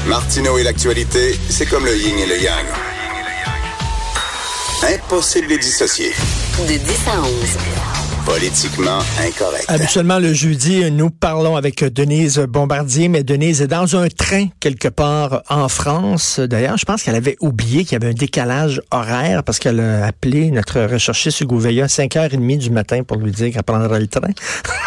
Martineau et l'actualité, c'est comme le yin et le yang. Impossible de les dissocier. De 10 à 11. Politiquement incorrect. Habituellement, le jeudi, nous parlons avec Denise Bombardier, mais Denise est dans un train quelque part en France. D'ailleurs, je pense qu'elle avait oublié qu'il y avait un décalage horaire parce qu'elle a appelé notre recherchiste Hugo Veilleux à 5h30 du matin pour lui dire qu'elle prendrait le train.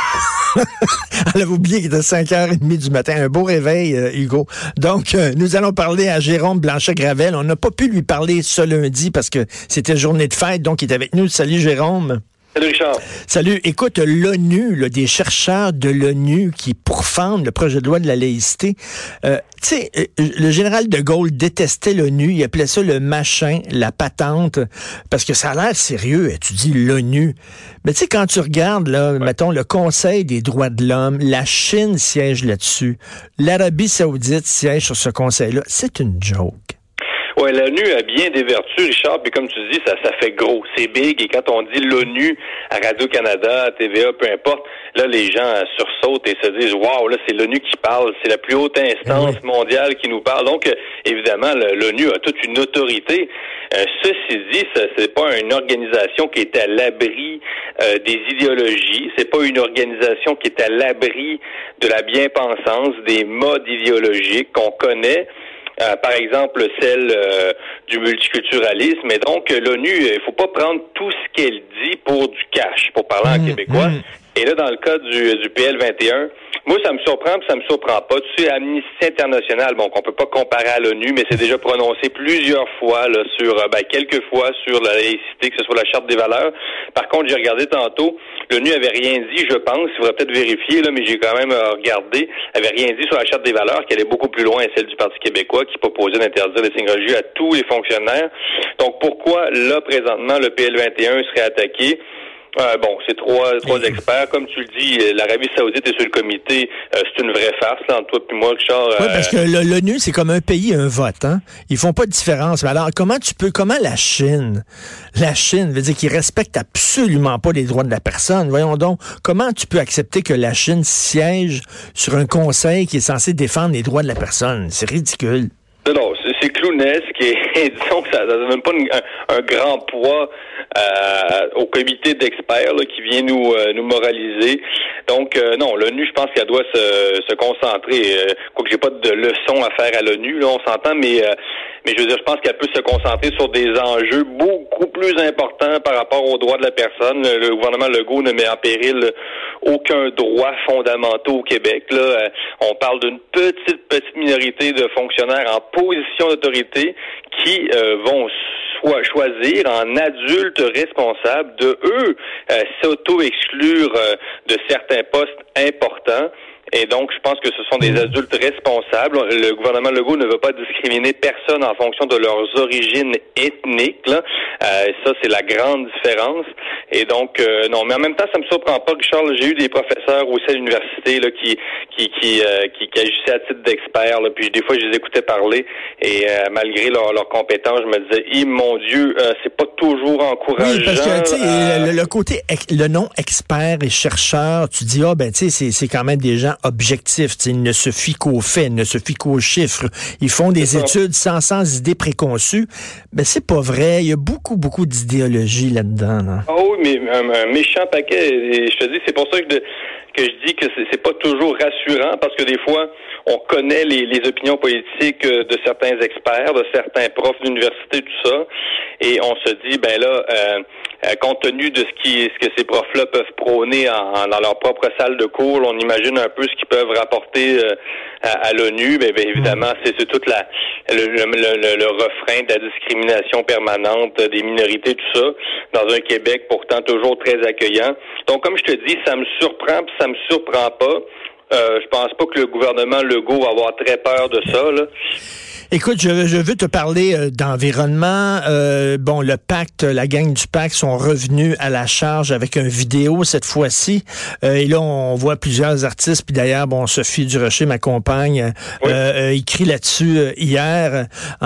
Elle avait oublié qu'il était 5h30 du matin. Un beau réveil, Hugo. Donc, nous allons parler à Jérôme Blanchet-Gravel. On n'a pas pu lui parler ce lundi parce que c'était journée de fête, donc il est avec nous. Salut, Jérôme. Salut Richard. Salut. Écoute, l'ONU, là, des chercheurs de l'ONU qui pourfendent le projet de loi de la laïcité. Tu sais, le général de Gaulle détestait l'ONU. Il appelait ça le machin, la patente, parce que ça a l'air sérieux. Tu dis l'ONU. Mais tu sais, quand tu regardes, là, mettons, le Conseil des droits de l'homme, la Chine siège là-dessus. L'Arabie saoudite siège sur ce conseil-là. C'est une joke. Oui, l'ONU a bien des vertus, Richard, puis comme tu dis, ça fait gros, c'est big, et quand on dit l'ONU à Radio-Canada, à TVA, peu importe, là, les gens sursautent et se disent, waouh, là, c'est l'ONU qui parle, c'est la plus haute instance mondiale qui nous parle. Donc, évidemment, l'ONU a toute une autorité. Ceci dit, c'est pas une organisation qui est à l'abri des idéologies, c'est pas une organisation qui est à l'abri de la bien-pensance, des modes idéologiques qu'on connaît. Par exemple, celle du multiculturalisme. Et donc, l'ONU, il faut pas prendre tout ce qu'elle dit pour du cash, pour parler en québécois. Et là, dans le cas du PL 21, moi, ça me surprend, puis ça me surprend pas. Tu sais, Amnesty International, bon, qu'on peut pas comparer à l'ONU, mais c'est déjà prononcé plusieurs fois, là, sur, quelques fois sur la laïcité, que ce soit la Charte des valeurs. Par contre, j'ai regardé tantôt, l'ONU avait rien dit, je pense, il faudrait peut-être vérifier, là, mais j'ai quand même regardé, avait rien dit sur la Charte des valeurs, qui allait beaucoup plus loin, celle du Parti québécois, qui proposait d'interdire les signes religieux à tous les fonctionnaires. Donc, pourquoi, là, présentement, le PL 21 serait attaqué? C'est trois experts. Comme tu le dis, l'Arabie saoudite est sur le comité. C'est une vraie farce, là, entre toi et moi, Richard. Oui, parce que l'ONU, c'est comme un pays, un vote, hein. Ils font pas de différence. Mais alors, comment la Chine veut dire qu'ils respectent absolument pas les droits de la personne? Voyons donc, comment tu peux accepter que la Chine siège sur un conseil qui est censé défendre les droits de la personne? C'est ridicule. Non, c'est clownesque et disons que ça donne même pas un grand poids au comité d'experts là, qui vient nous moraliser. Donc non, l'ONU, je pense qu'elle doit se concentrer. Quoique j'ai pas de leçon à faire à l'ONU, là, on s'entend, mais je veux dire, je pense qu'elle peut se concentrer sur des enjeux beaucoup plus importants par rapport aux droits de la personne. Le gouvernement Legault ne met en péril aucun droit fondamental au Québec. Là, on parle d'une petite minorité de fonctionnaires en position d'autorité qui vont choisir en adultes responsables de s'auto-exclure de certains postes importants. Et donc, je pense que ce sont des adultes responsables. Le gouvernement Legault ne veut pas discriminer personne en fonction de leurs origines ethniques. Là. Ça, c'est la grande différence. Et donc, non. Mais en même temps, ça me surprend pas, Richard. J'ai eu des professeurs aussi à l'université là, qui agissaient à titre d'experts. Puis des fois, je les écoutais parler. Et malgré leurs compétences, je me disais, mon Dieu, c'est pas toujours encourageant. Oui, parce que, tu sais, le côté, le nom expert et chercheur, tu dis, tu sais, c'est quand même des gens objectifs. Ils ne se fient qu'aux faits, ne se fient qu'aux chiffres. Ils font des études sans idées préconçues. Mais c'est pas vrai. Il y a beaucoup d'idéologie là-dedans. Là. Ah oui, mais un méchant paquet. Et je te dis, c'est pour ça que je dis que c'est pas toujours rassurant, parce que des fois, on connaît les opinions politiques de certains experts, de certains profs d'université, tout ça, et on se dit, compte tenu de ce que ces profs-là peuvent prôner dans leur propre salle de cours, on imagine un peu ce qu'ils peuvent rapporter à l'ONU. Bien évidemment, c'est tout le refrain de la discrimination permanente des minorités, tout ça, dans un Québec pourtant toujours très accueillant. Donc, comme je te dis, ça me surprend, puis ça me surprend pas. Je pense pas que le gouvernement Legault va avoir très peur de ça, là. Écoute, je veux te parler d'environnement. Bon, le pacte, la gang du pacte sont revenus à la charge avec une vidéo cette fois-ci. Et là, on voit plusieurs artistes. Puis d'ailleurs, bon, Sophie Durocher, ma compagne, écrit là-dessus hier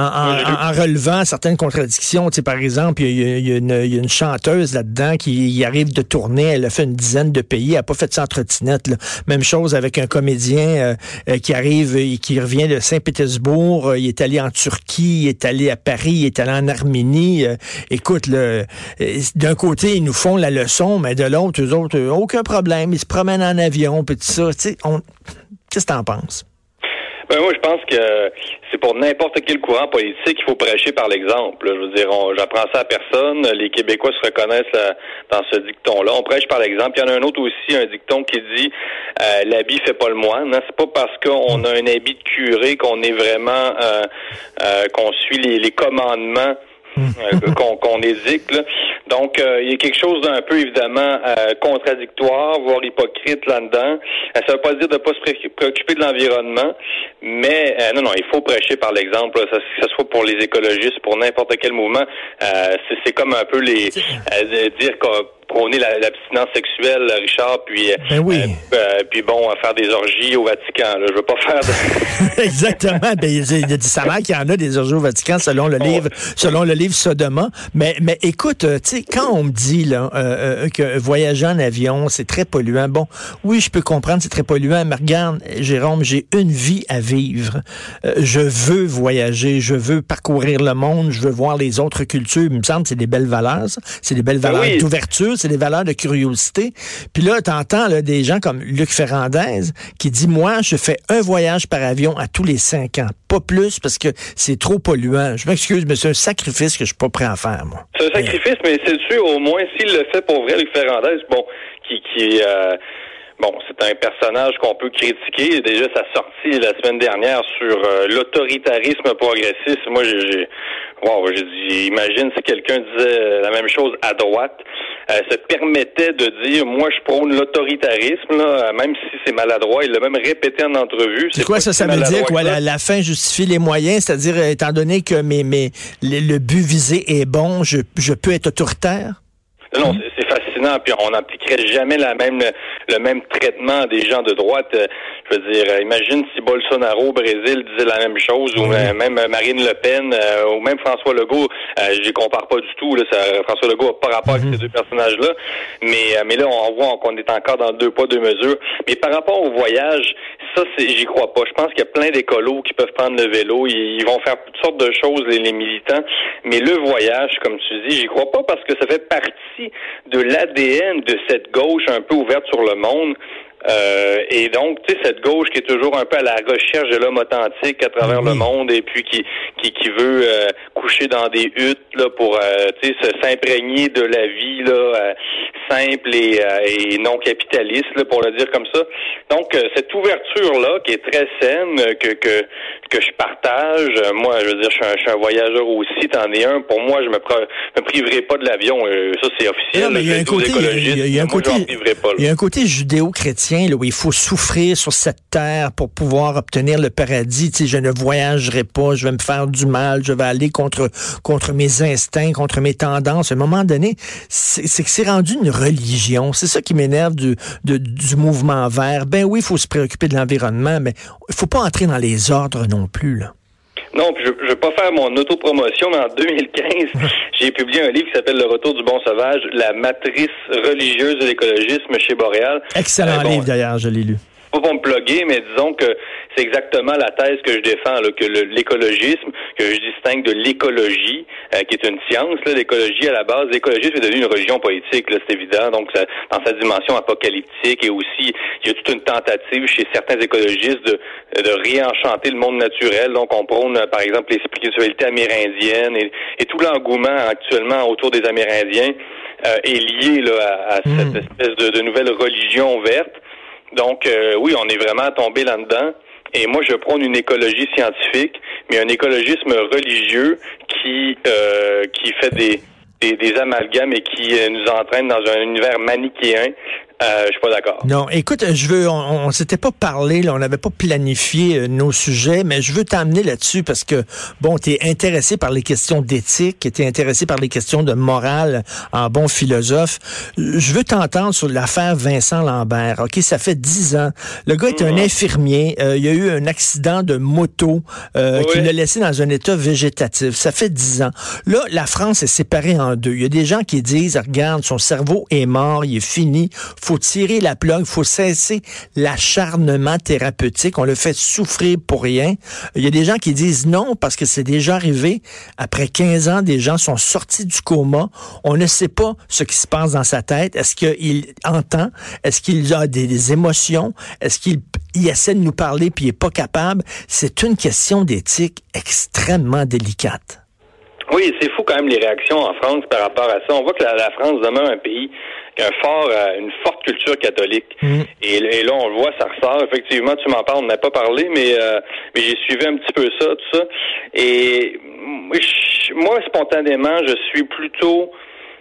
en relevant certaines contradictions. Tu sais, par exemple, il y a une chanteuse là-dedans qui arrive de tourner. Elle a fait une dizaine de pays. Elle n'a pas fait ça en trottinette, là. Même chose avec un comédien qui arrive et qui revient de Saint-Pétersbourg. Il est allé en Turquie, il est allé à Paris, il est allé en Arménie. Écoute, d'un côté, ils nous font la leçon, mais de l'autre, eux autres, aucun problème. Ils se promènent en avion, puis tout ça. Tu sais, qu'est-ce que t'en penses? Ben moi, je pense que c'est pour n'importe quel courant politique, il faut prêcher par l'exemple. Je veux dire, j'apprends ça à personne. Les Québécois se reconnaissent dans ce dicton-là. On prêche par l'exemple. Il y en a un autre aussi, un dicton qui dit l'habit fait pas le moine. Hein? C'est pas parce qu'on a un habit de curé qu'on est vraiment qu'on suit les commandements qu'on édicte, là. Donc, il y a quelque chose d'un peu, évidemment, contradictoire, voire hypocrite là-dedans. Ça veut pas dire de pas se préoccuper de l'environnement, mais non, il faut prêcher par l'exemple, là, que ce soit pour les écologistes, pour n'importe quel mouvement. C'est comme un peu dire qu'on prôner l'abstinence sexuelle, Richard, puis puis bon, faire des orgies au Vatican. Là. Je veux pas faire de... Exactement. Ben, il a dit sa mère qu'il y en a des orgies au Vatican selon le livre Sodoma. Mais écoute, tu sais, quand on me dit là que voyager en avion, c'est très polluant. Bon, oui, je peux comprendre, c'est très polluant, mais regarde, Jérôme, j'ai une vie à vivre. Je veux voyager, je veux parcourir le monde, je veux voir les autres cultures. Il me semble que c'est des belles valeurs, ça. C'est des belles valeurs d'ouverture, c'est des valeurs de curiosité. Puis là, t'entends là, des gens comme Luc Ferrandez qui dit, moi, je fais un voyage par avion à tous les 5 ans. Pas plus, parce que c'est trop polluant. Je m'excuse, mais c'est un sacrifice que je suis pas prêt à faire, moi. C'est un sacrifice, mais c'est sûr, au moins, s'il le fait pour vrai, Luc Ferrandez, bon, bon, c'est un personnage qu'on peut critiquer. Déjà, sa sortie la semaine dernière sur l'autoritarisme progressiste. Moi, j'ai dit, imagine si quelqu'un disait la même chose à droite. Se permettait de dire, moi, je prône l'autoritarisme, là, même si c'est maladroit. Il l'a même répété en entrevue. C'est quoi ça veut dire? Quoi, la fin justifie les moyens? C'est-à-dire, étant donné que le but visé est bon, je peux être autoritaire? Non, c'est fascinant, puis on n'appliquerait jamais le même traitement des gens de droite. Je veux dire, imagine si Bolsonaro au Brésil disait la même chose, ou même Marine Le Pen, ou même François Legault. Je les compare pas du tout. Là, François Legault n'a pas rapport avec ces deux personnages-là. Mais là, on voit qu'on est encore dans 2 poids 2 mesures. Mais par rapport au voyage, ça, j'y crois pas. Je pense qu'il y a plein d'écolos qui peuvent prendre le vélo. Ils vont faire toutes sortes de choses, les militants. Mais le voyage, comme tu dis, j'y crois pas parce que ça fait partie de l'ADN de cette gauche un peu ouverte sur le monde. Et donc, tu sais, cette gauche qui est toujours un peu à la recherche de l'homme authentique à travers le monde et puis qui veut coucher dans des huttes là pour tu sais s'imprégner de la vie là simple et non capitaliste là, pour le dire comme ça. Donc cette ouverture là qui est très saine que je partage. Moi, je veux dire, je suis un voyageur aussi. T'en es un. Pour moi, je me priverai pas de l'avion. Ça, c'est officiel. Non, mais il y a un côté judéo-chrétien là, où il faut souffrir sur cette terre pour pouvoir obtenir le paradis. Tu sais, je ne voyagerai pas, je vais me faire du mal, je vais aller contre mes instincts, contre mes tendances. À un moment donné, c'est que c'est rendu une religion. C'est ça qui m'énerve du mouvement vert. Ben oui, il faut se préoccuper de l'environnement, mais il faut pas entrer dans les ordres non plus, là. Non, puis je vais pas faire mon autopromotion, mais en 2015, j'ai publié un livre qui s'appelle Le Retour du bon sauvage, la matrice religieuse de l'écologisme chez Boréal. Excellent livre, d'ailleurs, je l'ai lu. Pas pour me plugger, mais disons que c'est exactement la thèse que je défends, là, que l'écologisme, que je distingue de l'écologie, qui est une science, là, l'écologie à la base. L'écologisme est devenu une religion politique, là, c'est évident, donc ça, dans sa dimension apocalyptique, et aussi, il y a toute une tentative chez certains écologistes de réenchanter le monde naturel. Donc on prône, par exemple, les spiritualités amérindiennes et tout l'engouement actuellement autour des Amérindiens est lié là, à cette espèce de nouvelle religion verte. Donc, oui, on est vraiment tombé là-dedans. Et moi, je prône une écologie scientifique, mais un écologisme religieux qui fait des amalgames et qui nous entraîne dans un univers manichéen Je suis pas d'accord. Non, écoute, on s'était pas parlé, là, on n'avait pas planifié nos sujets, mais je veux t'amener là-dessus parce que, bon, t'es intéressé par les questions d'éthique, t'es intéressé par les questions de morale en bon philosophe. Je veux t'entendre sur l'affaire Vincent Lambert. OK, ça fait 10 ans. Le gars est un infirmier. Il y a eu un accident de moto qui l'a laissé dans un état végétatif. Ça fait 10 ans. Là, la France est séparée en deux. Il y a des gens qui disent, regarde, son cerveau est mort, il est fini, faut tirer la plug, faut cesser l'acharnement thérapeutique, on le fait souffrir pour rien. Il y a des gens qui disent non, parce que c'est déjà arrivé, après 15 ans, des gens sont sortis du coma, on ne sait pas ce qui se passe dans sa tête, est-ce qu'il entend, est-ce qu'il a des émotions, est-ce qu'il essaie de nous parler puis il est pas capable? C'est une question d'éthique extrêmement délicate. Oui, c'est fou quand même les réactions en France par rapport à ça. On voit que la France demeure un pays qui a une forte culture catholique. Et là, on le voit, ça ressort. Effectivement, tu m'en parles, on n'a pas parlé, mais j'ai suivi un petit peu ça, tout ça. Et moi, spontanément, je suis plutôt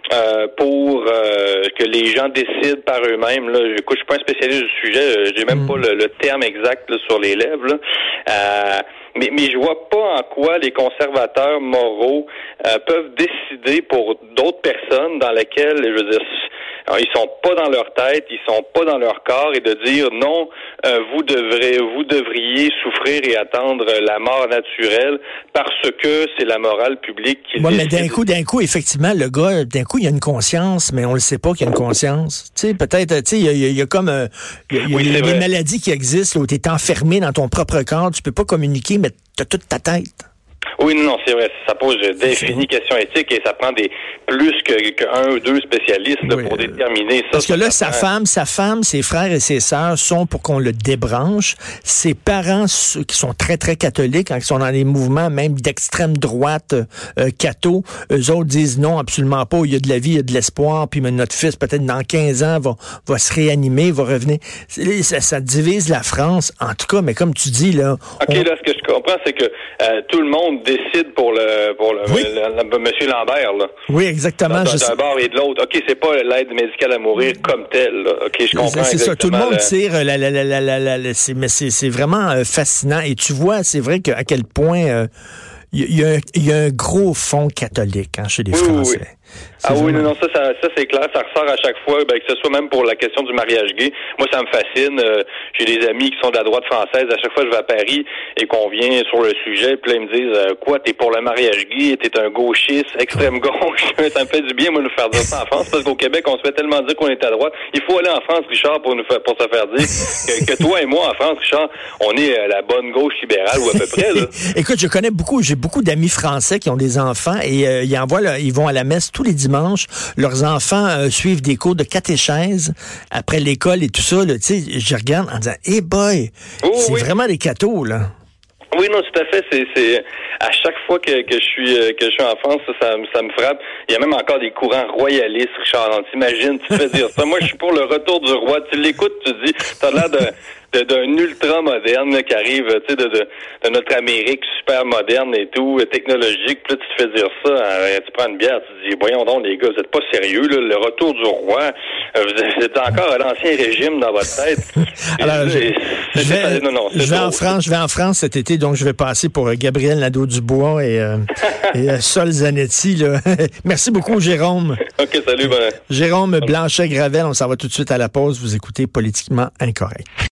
pour que les gens décident par eux-mêmes. Là, écoute, je suis pas un spécialiste du sujet, j'ai même pas le terme exact là, sur les lèvres. Là. Mais je vois pas en quoi les conservateurs moraux peuvent décider pour d'autres personnes dans lesquelles, je veux dire, alors, ils sont pas dans leur tête, ils sont pas dans leur corps, et de dire non, vous devriez souffrir et attendre la mort naturelle parce que c'est la morale publique qui le décide. Mais d'un coup, effectivement, le gars, il a une conscience, mais on le sait pas qu'il a une conscience. Tu sais, peut-être, tu sais, il y a comme il y a des maladies qui existent là, où tu es enfermé dans ton propre corps, tu peux pas communiquer, mais tu as toute ta tête. Oui, non, c'est vrai. Ça pose d'infinies questions éthiques et ça prend plus qu'un ou deux spécialistes là, pour déterminer ça. Parce que là, sa femme, ses frères et ses sœurs sont pour qu'on le débranche. Ses parents, qui sont très, très catholiques, qui sont dans des mouvements même d'extrême droite, catho, eux autres disent non, absolument pas. Il y a de la vie, il y a de l'espoir, puis notre fils, peut-être dans 15 ans, va se réanimer, va revenir. Ça divise la France, en tout cas, mais comme tu dis, là... OK, là, ce que je comprends, c'est que tout le monde décide pour monsieur Lambert, là. Oui, exactement. D'un bord et de l'autre. OK, c'est pas l'aide médicale à mourir comme telle, là. OK, je comprends. C'est ça. Tout le monde tire mais c'est vraiment fascinant. Et tu vois, c'est vrai à quel point il y a un gros fond catholique chez les Français. Oui. Non, ça c'est clair, ça ressort à chaque fois, que ce soit même pour la question du mariage gay. Moi, ça me fascine. J'ai des amis qui sont de la droite française. À chaque fois que je vais à Paris et qu'on vient sur le sujet, puis là, ils me disent quoi, t'es pour le mariage gay, t'es un gauchiste, extrême gauche. Ça me fait du bien, moi, de nous faire dire ça en France, parce qu'au Québec, on se fait tellement dire qu'on est à droite. Il faut aller en France, Richard, pour se faire dire que toi et moi, en France, Richard, on est la bonne gauche libérale, ou à peu près, là. Écoute, j'ai beaucoup d'amis français qui ont des enfants et ils vont à la messe tous les dimanches. Leurs enfants suivent des cours de catéchèse après l'école et tout ça. Tu sais, je regarde en disant, hey boy, c'est vraiment des cathos, là. Oui, non, tout à fait. C'est à chaque fois que je suis en France, ça me frappe. Il y a même encore des courants royalistes, Richard. T'imagines, tu te fais dire ça. Moi, je suis pour le retour du roi. Tu l'écoutes, tu te dis, t'as l'air d'un ultra moderne là, qui arrive, tu sais, de notre Amérique super moderne et tout, technologique. Puis là, tu te fais dire ça, tu prends une bière, tu te dis, voyons donc les gars, vous êtes pas sérieux, là, le retour du roi, vous êtes encore à l'ancien régime dans votre tête. Alors, je vais en France cet été, donc je vais passer pour Gabriel Nadeau-Dubois et Sol Zanetti. Là. Merci beaucoup, Jérôme. OK, salut. Jérôme Blanchet-Gravel, on s'en va tout de suite à la pause. Vous écoutez Politiquement Incorrect.